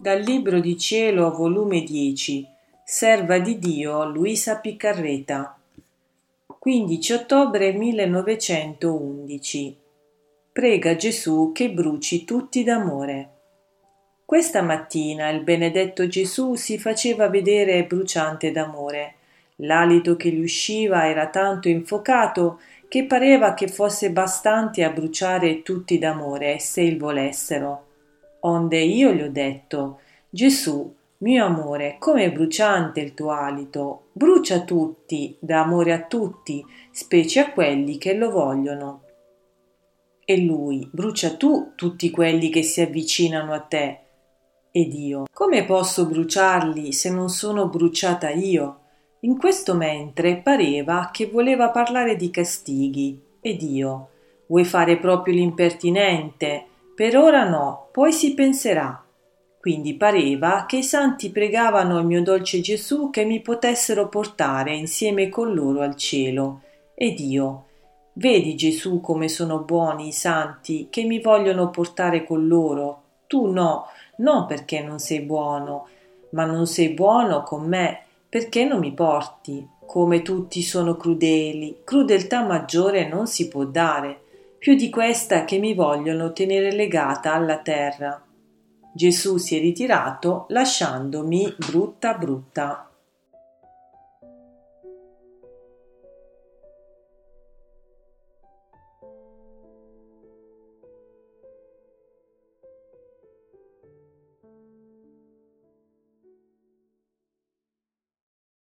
Dal Libro di Cielo, volume 10, Serva di Dio Luisa Piccarreta, 15 ottobre 1911. Prega Gesù che bruci tutti d'amore. Questa mattina il benedetto Gesù si faceva vedere bruciante d'amore. L'alito che gli usciva era tanto infuocato che pareva che fosse bastante a bruciare tutti d'amore se il volessero. Onde io gli ho detto: Gesù, mio amore, com'è bruciante il tuo alito, brucia tutti, dà amore a tutti, specie a quelli che lo vogliono. E lui: brucia tu tutti quelli che si avvicinano a te. Ed io: come posso bruciarli se non sono bruciata io? In questo mentre pareva che voleva parlare di castighi. Ed io: vuoi fare proprio l'impertinente? Per ora no, poi si penserà. Quindi pareva che i santi pregavano il mio dolce Gesù che mi potessero portare insieme con loro al cielo. Ed io: vedi Gesù come sono buoni i santi che mi vogliono portare con loro. Tu no, non perché non sei buono, ma non sei buono con me perché non mi porti. Come tutti sono crudeli, crudeltà maggiore non si può dare, più di questa che mi vogliono tenere legata alla terra. Gesù si è ritirato lasciandomi brutta brutta.